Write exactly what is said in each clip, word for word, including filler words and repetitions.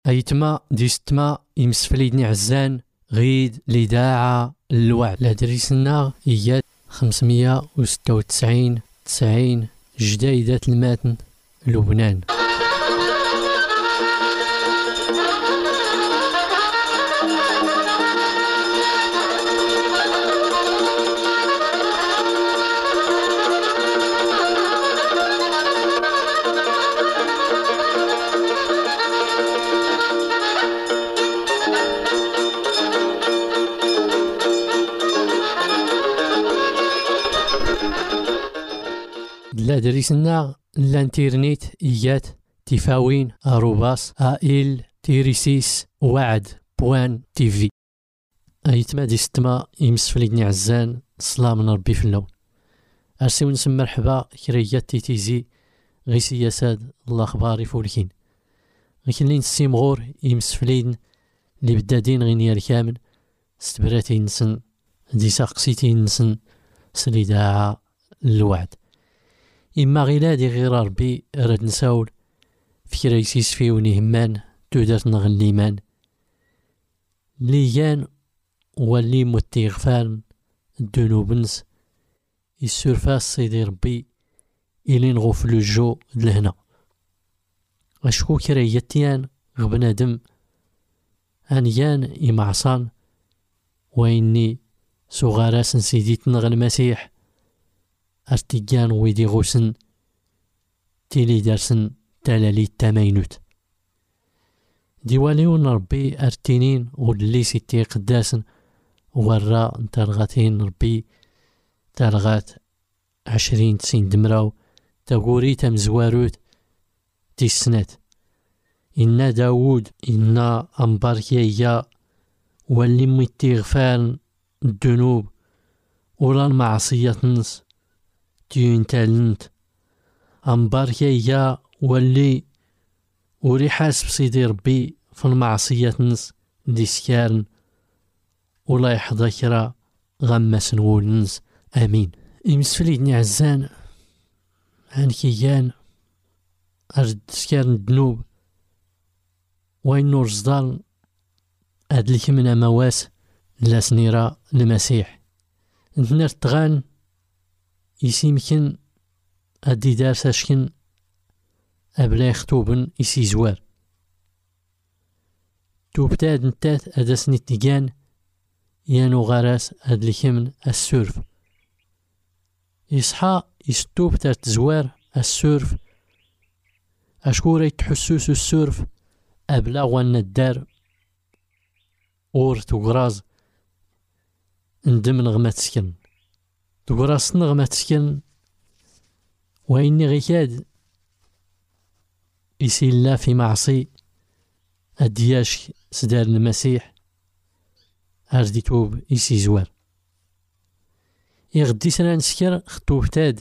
أيتما ديستما يمسفليدني عزان غيد الإذاعة الوعد لدريسنا إياد خمسمية وستة وتسعين تسعين جديدة الماتن لبنان. لا دريسنا الانترنت إيات تفاوين أروباس آئل تيريسيس وعد بوان تيفي. أيتما ديستما يمسفليدني عزان صلاة من ربي في اللون. أرسي ونسم مرحبا كريات تيتيزي غي سياساد الله أخباري فولكين غيكن لين السيمغور يمسفليدن اللي بدادين غينيار كامل استبراتي نسن دي ساقسيتي نسن سليداعة الوعد. إما غيلادي غير ربي راد نساول فكرة يسيس فيوني همان تودات نغليمان ليان واللي متيغفان الدنوبنس السورفاس سيدي ربي إلين غوفلو الجو لهنا أشكو كريتيان غبنادم أنيان إمعصان وإني سغاراس نسيديت نغ المسيح أرتيجان ويدي غوسن تيلي دارسن تلالي التماينوت ديواليون ربي أرتينين ولي سيتي قداسن ورا ترغاتين ربي ترغات عشرين تسين دمراو تقوري تمزواروت تيسنات إنا داود إنا أمباركيا واللي متيغفان الذنوب ولا المعصية نس تيون تالنت أمباركيا واللي وري حاسب سيدي ربي في المعصية نس دي سكارن ولا يحضى كرا غمس نقول نس آمين. يمسفليدني عزان عن كيان أرد سكارن الذنوب وين نور صدال أدلك من مواس لا سنيرة المسيح نتنر تغان يسيمكن أدي دارس أشكن أبلا يخطوبن يسي زوار توبتاد نتات أدسني تيجان يانو غراس أدلك من السورف يصحى يستوب تات زوار السورف أشكوري تحسوس السورف أبلا وان الدار اور تغراز ندم نغمة تسكن تغراز نغمة تسكن وإني غيكاد يسي الله في معصي أدياش سدار المسيح أردي توب يسي زوار يغدي سنة نسكر خطوب تاد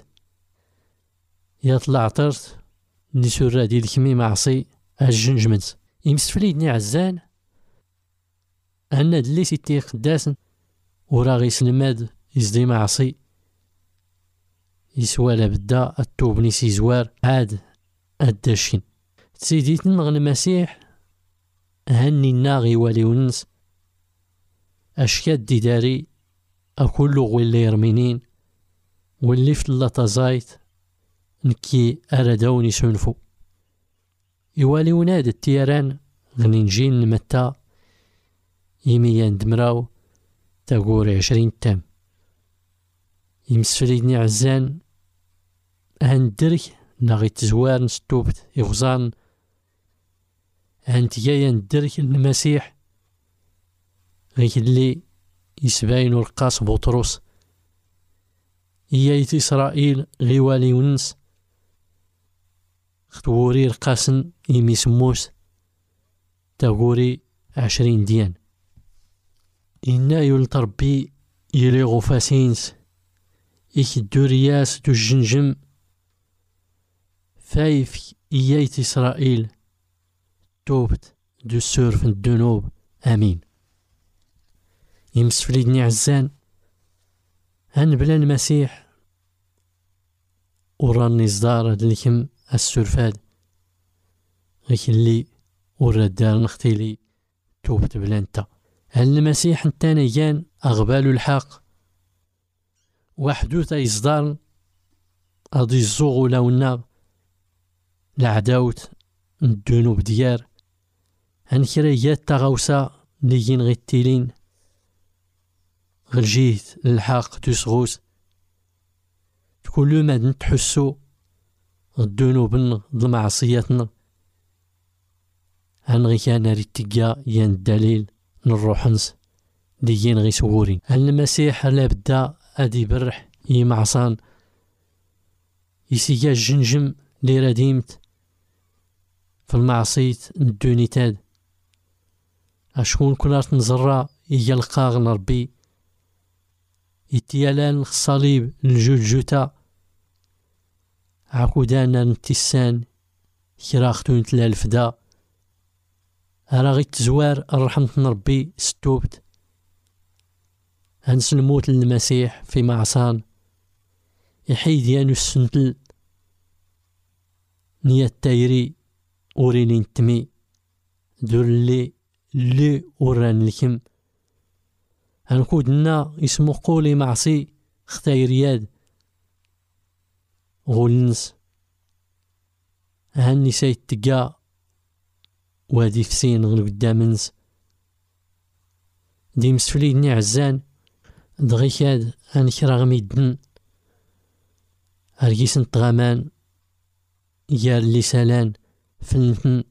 يطلع طرت نسور ديال كمي معصي الجنجمنت يمسفليدني عزان أنا دلي سيتي قداسن وراغي سلماد يزدي معصي يسوالا بدا التوبني سي زوار عاد الداشين تسيديت نغ المسيح هني ناغي والي ونس أشكاد دي داري أكلو غويلي يرمينين واللي في اللطا زايت نكي أردوني سنفو يوالي وناد التيران غني نجين نمتا يميان دمراو تاقوري عشرين تام يمسفليدني عزان هندرك ناغي تزوار نستوبت يغزان هانت جايا ندرك المسيح غيك اللي يسباين القاس بطرس إيايت إسرائيل غيوالي ونس خطوري القاسن يمي سموس تاقوري عشرين ديان إنا يلتربي يلي غفاسينس إيك الدورياس دو الجنجم فايف إيايت إسرائيل توبت دو السورف الدنوب آمين. يمسفليدني عزان هن بلا المسيح وراني صدار هاد الكم السرفاد غيك اللي والردار نختيلي توبت بلانتا. هل المسيح نتانا يان أغبال الحق وحدو تيصدار أضي الزوغ لونا العداوت الذنوب ديار هنكريات تغوصا ليين غي التيلين غرجيت الحق دوسغوس كل ما نتحسو الذنوب المعصياتنا هنغي كان ريتيكا ين الدليل نروحنس ليين غي سورين. هل المسيح لا بدا ادي برح يمعصان يسيا الجنجم لي رديمت في المعصيت الدونيتاد اشكون كنات نزرع يلقى ربي يتيالان الصليب الجوجوتا عقودانا نتسان كراختون تلالف دا أرا غي تزوار الرحمة ربي ستوبت هنس الموت للمسيح في معصان يحيد يانو السنتل نية تايري أوريني نتمي دور اللي اللي أوران لكم هنكودنا اسمو قولي معصي ختايرياد غولنس هاني سيتقا وادي فسين غل قدامنس دي مسفليدني عزان دغي كاد هنكرا غميدن هرقيس نتغامان يار لي سالان فلنتن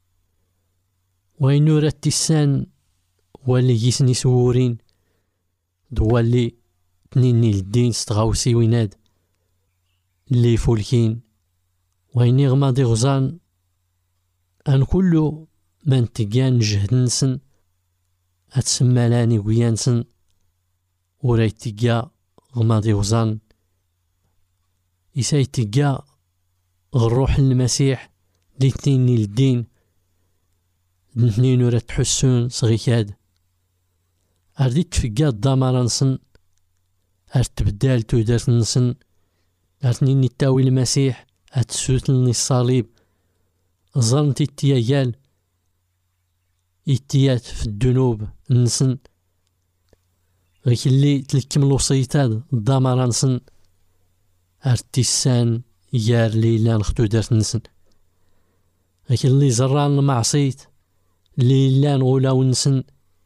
وينو رات تيسان واللي جيسني سورين دوالي تنيني للدين ستغاوسي ويناد اللي فولكين ويني غماضي غزان ان كلو من تيجان جهد نسن اتسمى لاني ويانسن ورايت تيجا غماضي غزان يساي تيجا غروح المسيح دي تنيني للدين دنتنين ورا تحسون صغيكاد أردي تفقا الضمار نسن أرد تبدال تودرت نسن أردني نتاوي المسيح أتسوتلني الصليب ظلمت التيايال إتيات في الذنوب نسن غيك اللي تلكم الوصيتاد الضمار نسن أرد تيسان يار ليلان ختودرت نسن غيك اللي زران المعصيت ليلان غولا نسن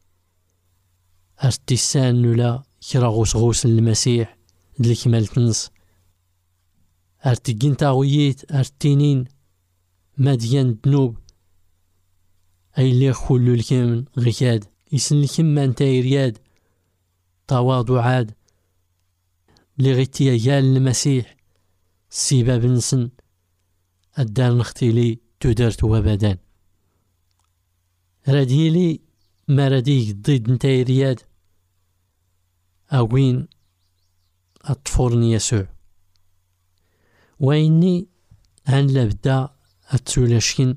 ارتسان نولا كرا غوس غوس المسيح دلك مالتنس ارتقين تاغويت ارتينين ماديان دنوب اي اللي خلو الكامن غيكاد يسن الكمان تايرياد تواضع عاد اللي غيتيا يال المسيح سيباب نسن الدار نختيلي تدرت وبدان راديلي ما رديك ضد نتايرياد أوين أطفورني يسوع وإني هن لبدا أتسولاشكن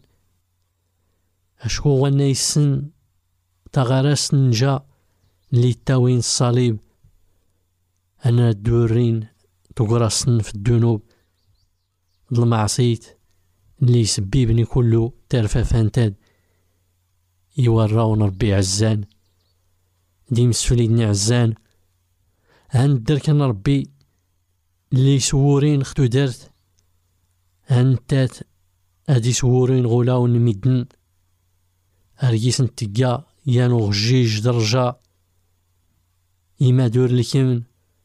أشكو غنى يسن تغارس نجا اللي تاوين الصليب أنا الدورين تقرصن في الذنوب المعصيت اللي يسببني كله ترفا فانتاد يوراون ربي عزان ديم سفليدني عزان هندر كان ربي اللي سورين ختو دارت هنتات ادي سورين غولاو نميدن ارجيس نتقا يانو غجيج درجة إما دور لكمن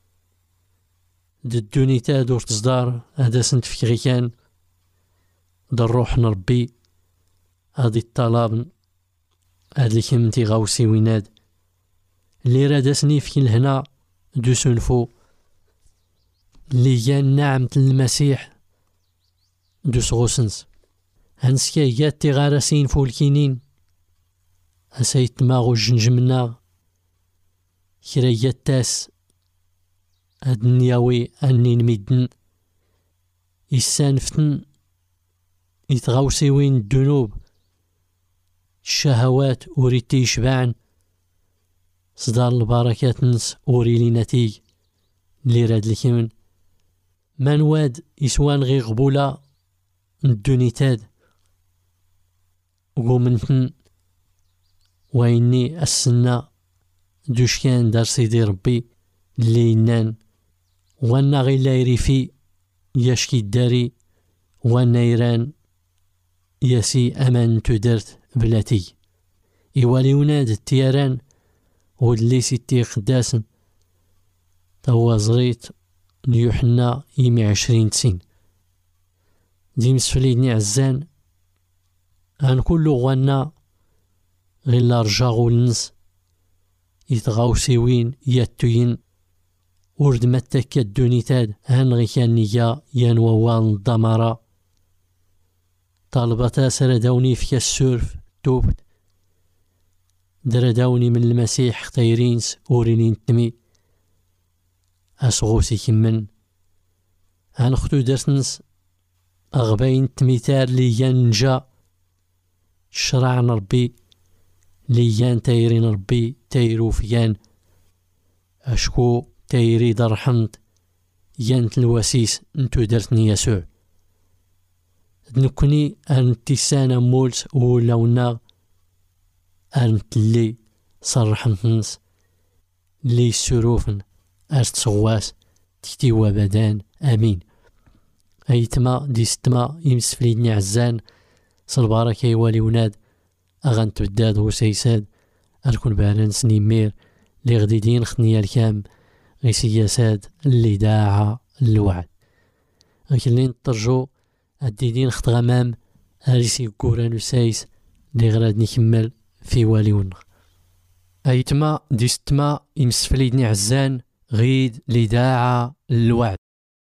ددوني تا دور تصدار هذا سنت فكري كان در روح نربي هادي الطلاب هاد لكمن تيغاوسي ويناد اللي رادسني في الهنا دو سنفو اللي كان نعمة المسيح دو سغوسنس هنسكايات تيغارسين فولكينين أسايت ماغو جنجمنا كرايات تاس هاد النياوي أني نميدن يسانفتن يتغاوسي وين الذنوب الشهوات وريتي يشبعن صدار البركات نس وريلي نتيج اللي راد الكمن من واد يسوان غي غبولا ندونيتاد وقومنتن وإني السنة دوش كان دار سيدي ربي اللي ينان وانا غير لا يريفي يشكي الداري وانا يران ياسي أمان تدرت بلاتي إيوالي وناد التياران ودلي ستي قداسن توا زريت ليوحنا يمي عشرين سين دي مسفليدني عزان هان كلو غوانا غير لارجاغو لنس يتغاو سيوين ياتوين ورد متاكا الدونيتاد هان غي كان نيا ينووان الدمارة طالبتا سردوني في السورف توبت دردوني من المسيح خطيرينس وريني نتمي أسغوسي كمن هان ختو درسنس أغبين تميتار لي ينجا شرع ربي ليان تايرين ربي تايرو فيان أشكو تايري درحنت يانت الوسيس انتو درتني يسوع نكوني أنت سانا مولس ولونا أنت اللي صرحنتنس لي سروفن أرت صواس تكتي وبدان أمين أيتما ديستما يمسفليدني عزان صلبارك يوالي وناد أغنت بداد وسيساد أركن بعلان سنيمير لي غديدين خنيا الكام غي سياساد اللي داعا الوعد غيكلين ترجو الديدين خط غمام أريسي كوران وسايس لي غراد نكمل في والي ونغ أيتما ديستما يمسفليدني عزان غيد لي داعا الوعد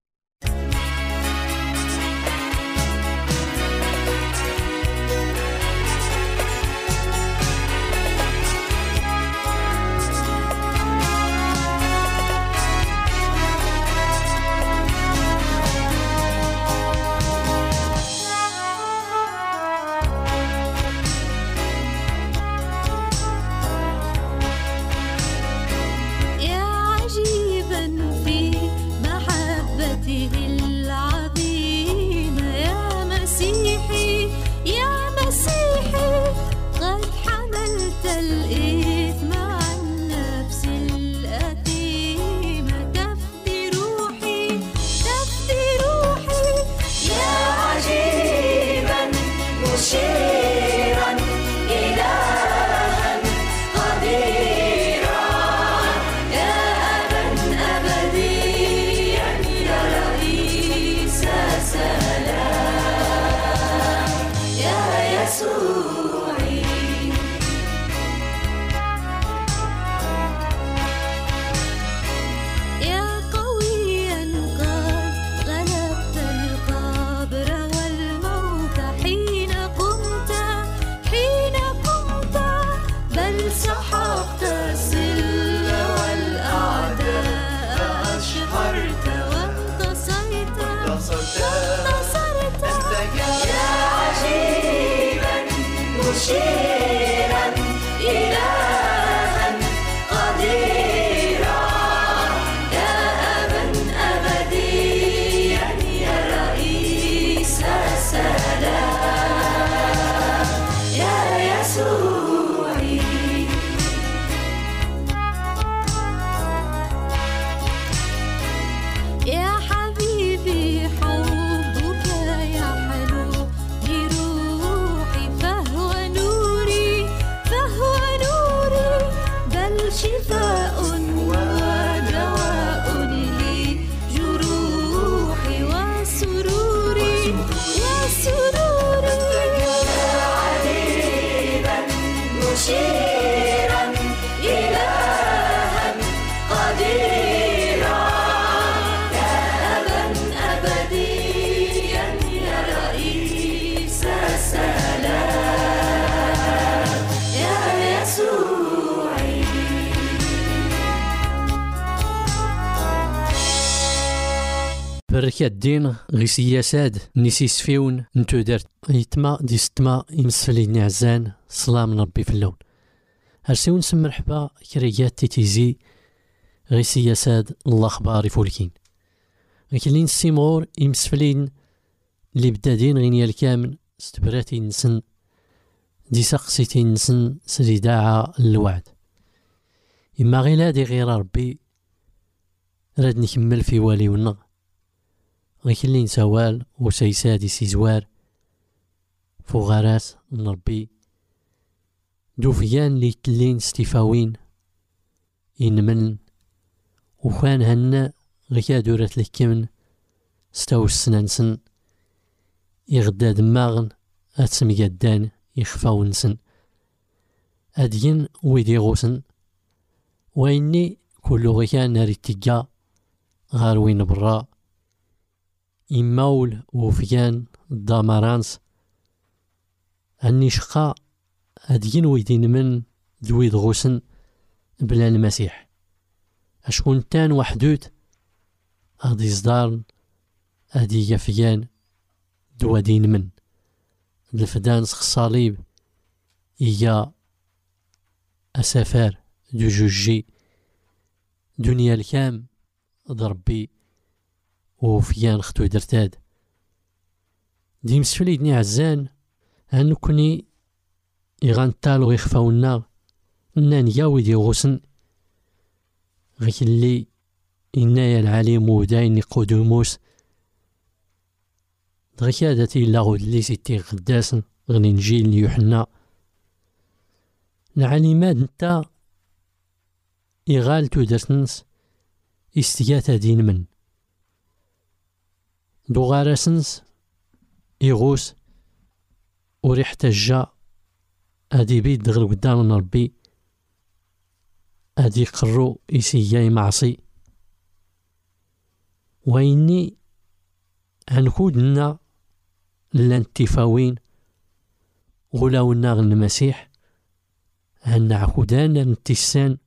بركة الدين غي سياساد نيسيس فيون نتو درت يتما ديستما يمسفليني عزان سلام ربي في اللون هرسيون نسم مرحبا كريات تيتيزي غي سياساد الله خباري فولكين غيكلين السيمغور يمسفلين اللي بدادين غينيا الكامل ستبراتي نسن دي سقسيتي نسن سريداعة الوعد. إما غير هادي غير ربي راد نكمل في والي ونغ غيكلين سوال وسيسادي سيزوار فوغارات من ربي دوفيان لي تلين ستيفاوين إنمن وكان هنا غيا دورات لكمن ستاو السنانسن يغدا دماغن أتسميادان يخفاونسن أدين ويدي غوسن وإني كل غيا ناري تيجا غاروين برا إماول وفيان دامارانس أني شقا أدين ويدين من دويد غوسن بلا المسيح أشكون تان وحدوت أدي صدارن أدي يفيان دوادين من الفدان سخ صليب إيا أسافر دو جوجي دنيا الكام ضربي وفيان ختو درتاد دي مسفليدني عزان أنو كوني يغانتالو يخفاونا نان ياويدي غوسن غيك اللي إنايا العليم وداين قدوموس دغيكادتي إلا غود لي سيتي غداسن غني نجيل يوحنا العليمات نتا إغال تودرتنس استياتا دين من دوغارسنس إغوس وريح تجا أدي بيد دغل قدام ربي أدي قرو إسياي معصي وإني هنكودنا لانتفاوين غلاونا غن المسيح هنعكودانا نتسان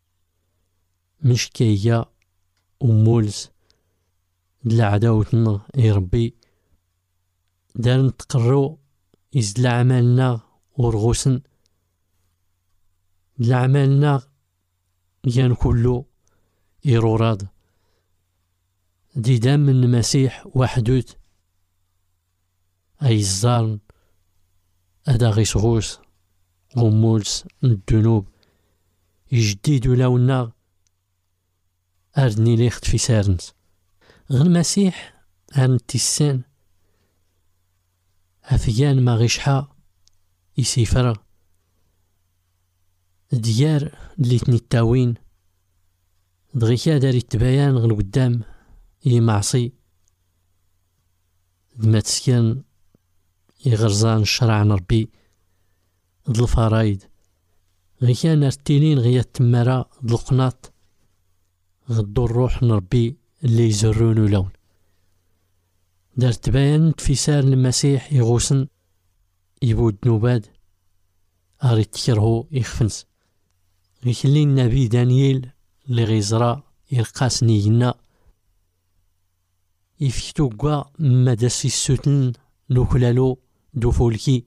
مشكية ومولز لعداوتنا يا ربي دار نتقرو إزد عملنا ورغوسن لعملنا يان كلو إيروراد دي دام من المسيح وحدوت أي الزارن أدا غيسغوس غمولس الذنوب يجديدو لونا أردني ليخت في سارنس غير المسيح عن تيسان أفيان ما غيشحا يسيفرا ديار اللي تنتاوين دغيكا داري التبايان غن قدام يمعصي دما تسكن يغرزان الشرع نربي د الفرايد غيكا نرتيلين غيا التمارا د القناط غدو الروح نربي اللي يزرونو لون دار تباين تفسار المسيح يغوسن يبود نوباد أريد تكرهو يخفنس غيكلي النبي دانييل اللي غيزرا يلقاس نينا يفكتو قوا مداسي السوتن نوكلالو دو فولكي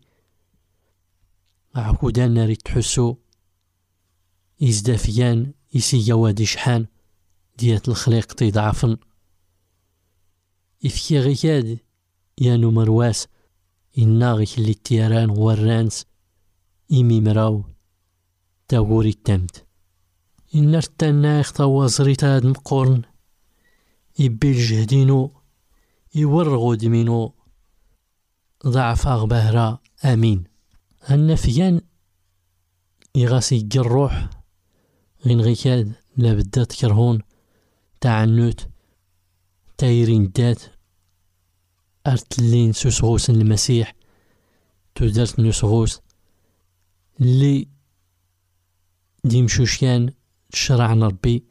عكودان ناري تحسو يزدافيان يسيا وادي شحان ديات الخليق تيضعفن يفكي غيكاد يانو مرواس إنا غيكلي التيران ورانس إمي مراو تاغوري التمت إنا رتانا يخطاوا زريتا هاد مقورن يبي الجهدينو يورغو دمينو ضعف أغبهرا آمين النفيان يغاسي الروح غين غيكاد لابد تكرهون تعنوت تايرين دات أرتلين سوسغوس المسيح تودرت نسغوس اللي ديمشوشيان شرع ربي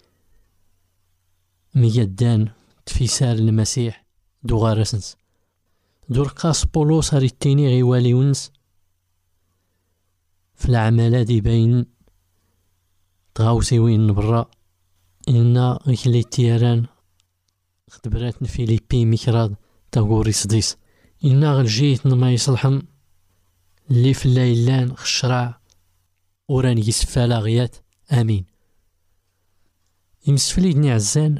ميدان تفسار المسيح دو غارسنس دور قاس بولوس هاريتيني غيوالي ونس في العمالة دي باين تغاوسي وين برا إنا غيكلي تيران خدبرات فيليبي ميكراد تاغوري صديس إنا غلجيت ما يصلحن اللي في الليلان خشرع وراني يسفالا غيات آمين يمسفليدني عزان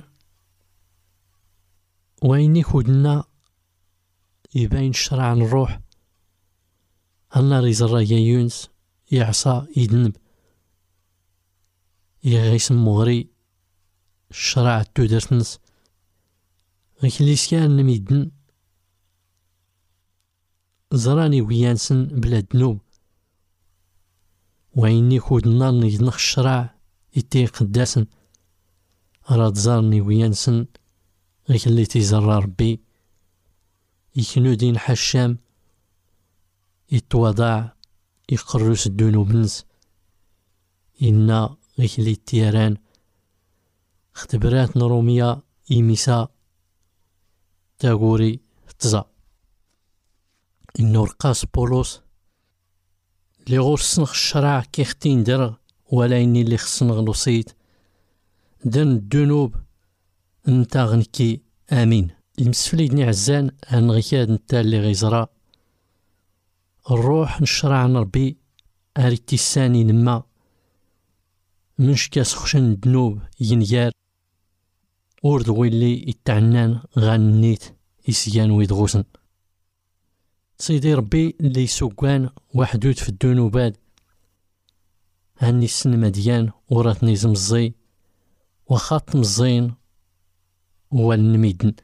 ويني كودنا يبين شرع الروح النار يزرى يا يونس يعصى يدنب يغيس مغري الشرع التودرتنس غيكلي سكان نميدن زراني ويانسن بلا دنوب وعيني خود النار نيدنخ الشرع يتي قداسن راد زارني ويانسن غيكلي تيزرى ربي يكنو دين حشام يتوضع يقرس الدنوب نس إنا غيكلي التيران اختبرات نروميا إيميسا تاغوري تزا إنو رقاس بولوس لي غور سنخ الشرع كيختين در ولا إني اللي خصنغ نصيت دن الدنوب نتا غنكي آمين المسفلي دني عزان عن غيكاد نتا اللي غيزرا الروح نشرع نربي أريتي الساني نما منش كاس خشن الدنوب ينيار ورد ويلي يتعنان غنيت يسيان ويدغوسن سيدي ربي اللي يسوقان وحدود في الدنوبات هاني السن مديان وراتني زمزي وخاط مزين والنميدن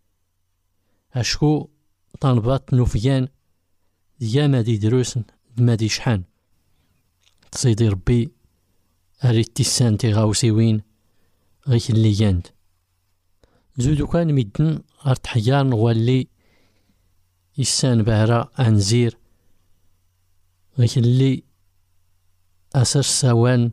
اشكو طنبات نوفيان ديا مادي دروسن مادي شحان سيدي ربي اريتي السانتي غاوسيوين غيك اللي ياند زودو كان ميدن ارتحيان واللي يسان بهرا انزير غيك اللي اساس سوان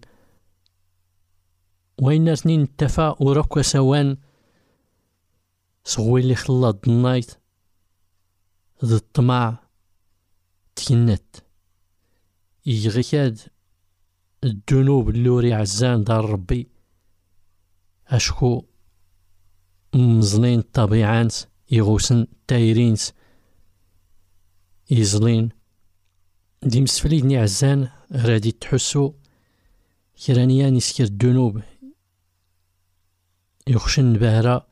وين سنين التفا وركوا سوان صغوي اللي خلط النايت ذا الطمع تينت يغيكاد الدنوب اللوري عزان دار ربي اشكو مزلين الطبيعانت يغوسن تايرينس يزلين دي مسفليدني عزان رادي تحسو كرانيان يسكر الدنوب يخشن بهرا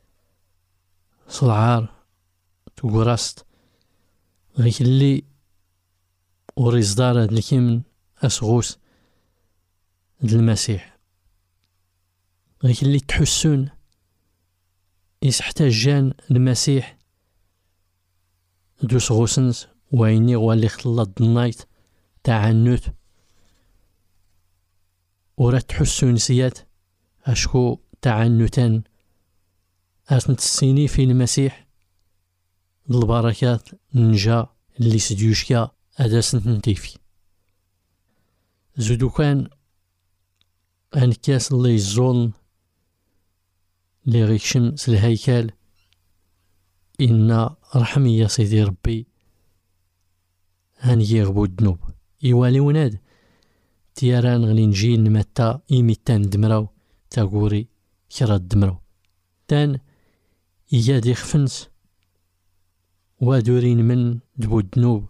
صلعار توقراست غيك اللي وريزدار هاد الكيمن أسغوس د المسيح غيك اللي تحسون يسحتاجان المسيح دوس غوسنس ويني غوالي خلط النايت تعنوت ورا تحسون سيات أشكو تعنتان أرنت السيني في المسيح البركات نجا اللي سديوشكا أداس نتيفي زودو كان أنكاس اللي يزون اللي غيكشم سالهيكال إن رحمي يا سيدي ربي هان يغبو الدنوب إيوالي وناد تياران غلي نجي نمتا إيميتان دمراو تاغوري كرا دمراو تان إيادي خفنس وادورين من دبو الدنوب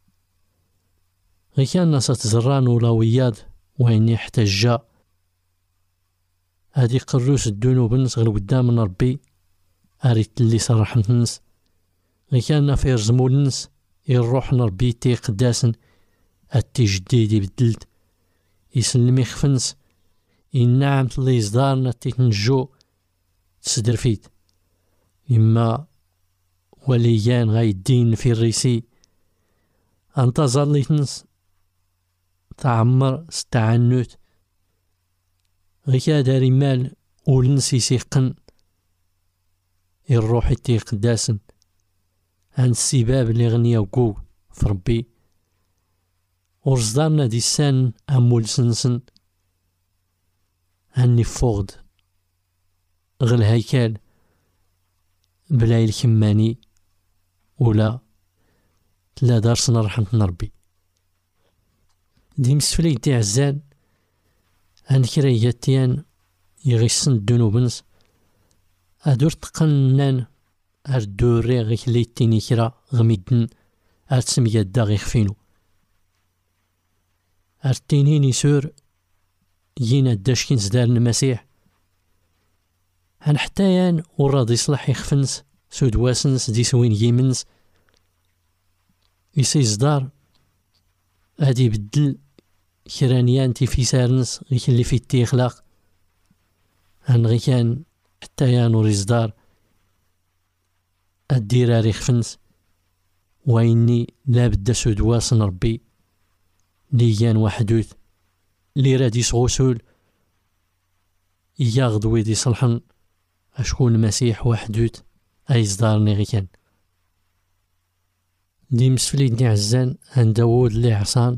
غي كان ناس تزران ولا وياد وين يحتاجا هادي قروس الدنوب نس غير قدام ربي أريت اللي صرح نس غي كان في رزمول نس يروح نربي تي قداسن أتي جديدي بدلت يسلمي خفنس إنعم تلي يزدارنا تيتنجو تسدر فيت إما وليان غايدين في الريسي انتظر ليتنس تعمر ستعنوت غيكا داري مال ولنسي سيقن الروح تي قداسن عن السباب اللي غنيا وقوق في ربي ورزدارنا دي سان أمول سنسن هني فوغد غل هيكال بلا الكماني ولا لا دارسنا رحمة ربي دي مسفلي دي عزان عند كرياتيان يغيسن الدنوبنس أدور تقنن أردوري غيك لي تيني كرا غميدن أرتسم يدا غيك فينو أرتينيني سور يينا داشكين زدار المسيح هن حتايان وراضي يصلح يخفنس سود واسنس دي سوين يمنس يسي زدار غادي يبدل كرانيان تي في سارنس غي كان اللي فيه تيخلق ان غي كان حتى يا نور إصدار الدراري خفنس وإني لابد سدواس نربي ليان وحدوث لي رادي سغسول إيا غدوي دي صلحن أشكون المسيح وحدوث أي صدارني غي كان دي مسفليدني عزان عن داوود لي عصان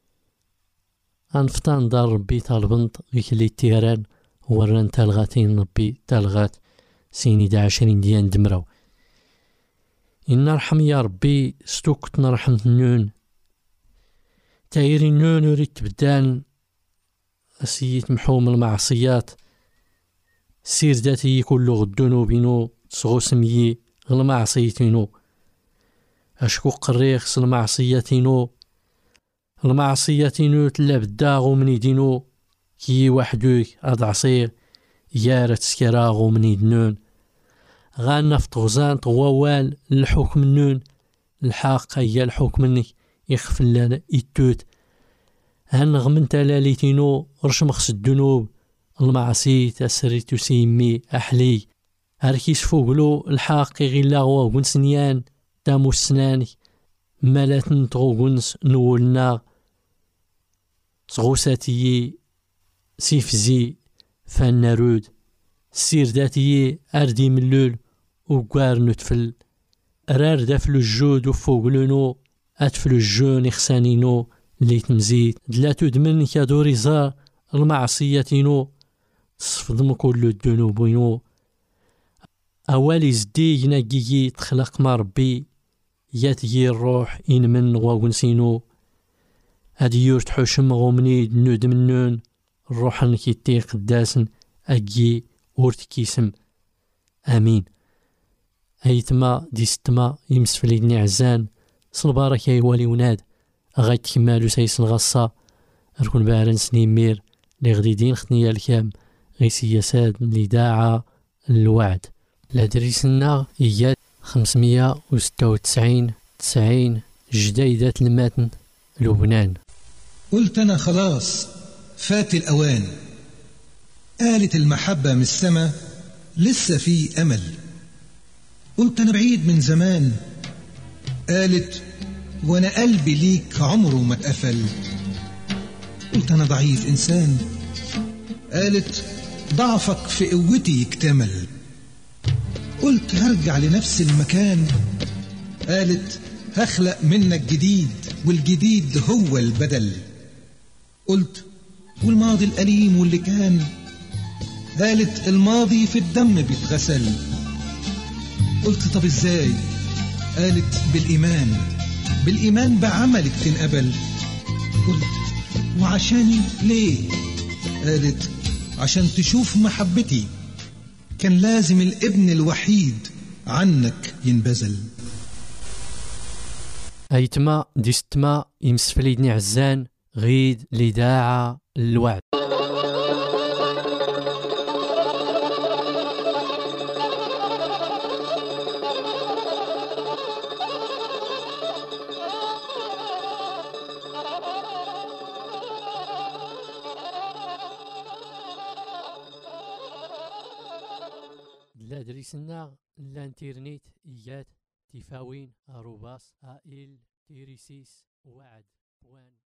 أنفطان دار ربي طالبنت غي كلي تيران وران تالغاتين ربي تالغات سيني دا عشرين ديان دمراو إن رحم يا ربي ستوكت نرحم النون تايري النون وريد تبدان أسيت محوم المعصيات سير ذاتي كل غدونو بينو صغو سميي المعصيتينو أشكو قريخ المعصيتينو المعصيتينو تلا بداغو مني دينو كي وحدوك أد عصير يارت سكراغو مني دنون غانا في طغزان طووال الحكم النون الحق هي الحكم منك يخفل لنا إتوت هنغ من تلاليتينو رشمخس الدنوب المعصي تسري تسيمي أحلي هركيس فوقلو الحق غيلا غوا ونسنيان تامو السناني مالاتن تغونس نولنا صغوساتي سيفزي فالنارود سير ذاتي أردي ملول وقوار نتفل رار دافلو الجود وفوقلونو أتفلو الجون إخسانينو اللي تمزيد دلاتو دمن كادوري زار المعصياتينو تصفضم كل الذنوبينو أولي زدي يناقيي تخلق ما ربي ياتي الروح إن من غوغنسينو هادي يورت حوشم غومني دنود منون الروح نكي تي قداسن أجي ورتكيسم آمين. أيتما ديستما يمسفليدني عزان صلبارك يا والي وناد أغايت كمالو سايس الغصة أركون بارن سنين مير لي غديدين ختنيا الكام غي سياسات لداعة الوعد لدريسنا إياد خمسمية وستة وتسعين تسعين جديدات الماتن لبنان. قلت أنا خلاص فات الأوان، قالت المحبة من السما لسه في أمل. قلت أنا بعيد من زمان، قالت وأنا قلبي ليك عمره ما اتقفل. قلت أنا ضعيف إنسان، قالت ضعفك في قوتي يكتمل. قلت هرجع لنفس المكان، قالت هخلق منك جديد والجديد هو البدل. قلت والماضي الأليم واللي كان، قالت الماضي في الدم بيتغسل. قلت طب ازاي؟ قالت بالإيمان، بالإيمان بعملك تنقبل. قلت وعشاني ليه؟ قالت عشان تشوف محبتي كان لازم الابن الوحيد عنك ينبذل. أيتما ديستما يمسفليدني عزان غيد لداعة الوعد. لا دريسنا الانترنت إيات تفاوين أروباس آئل تيريسيس وعد بوان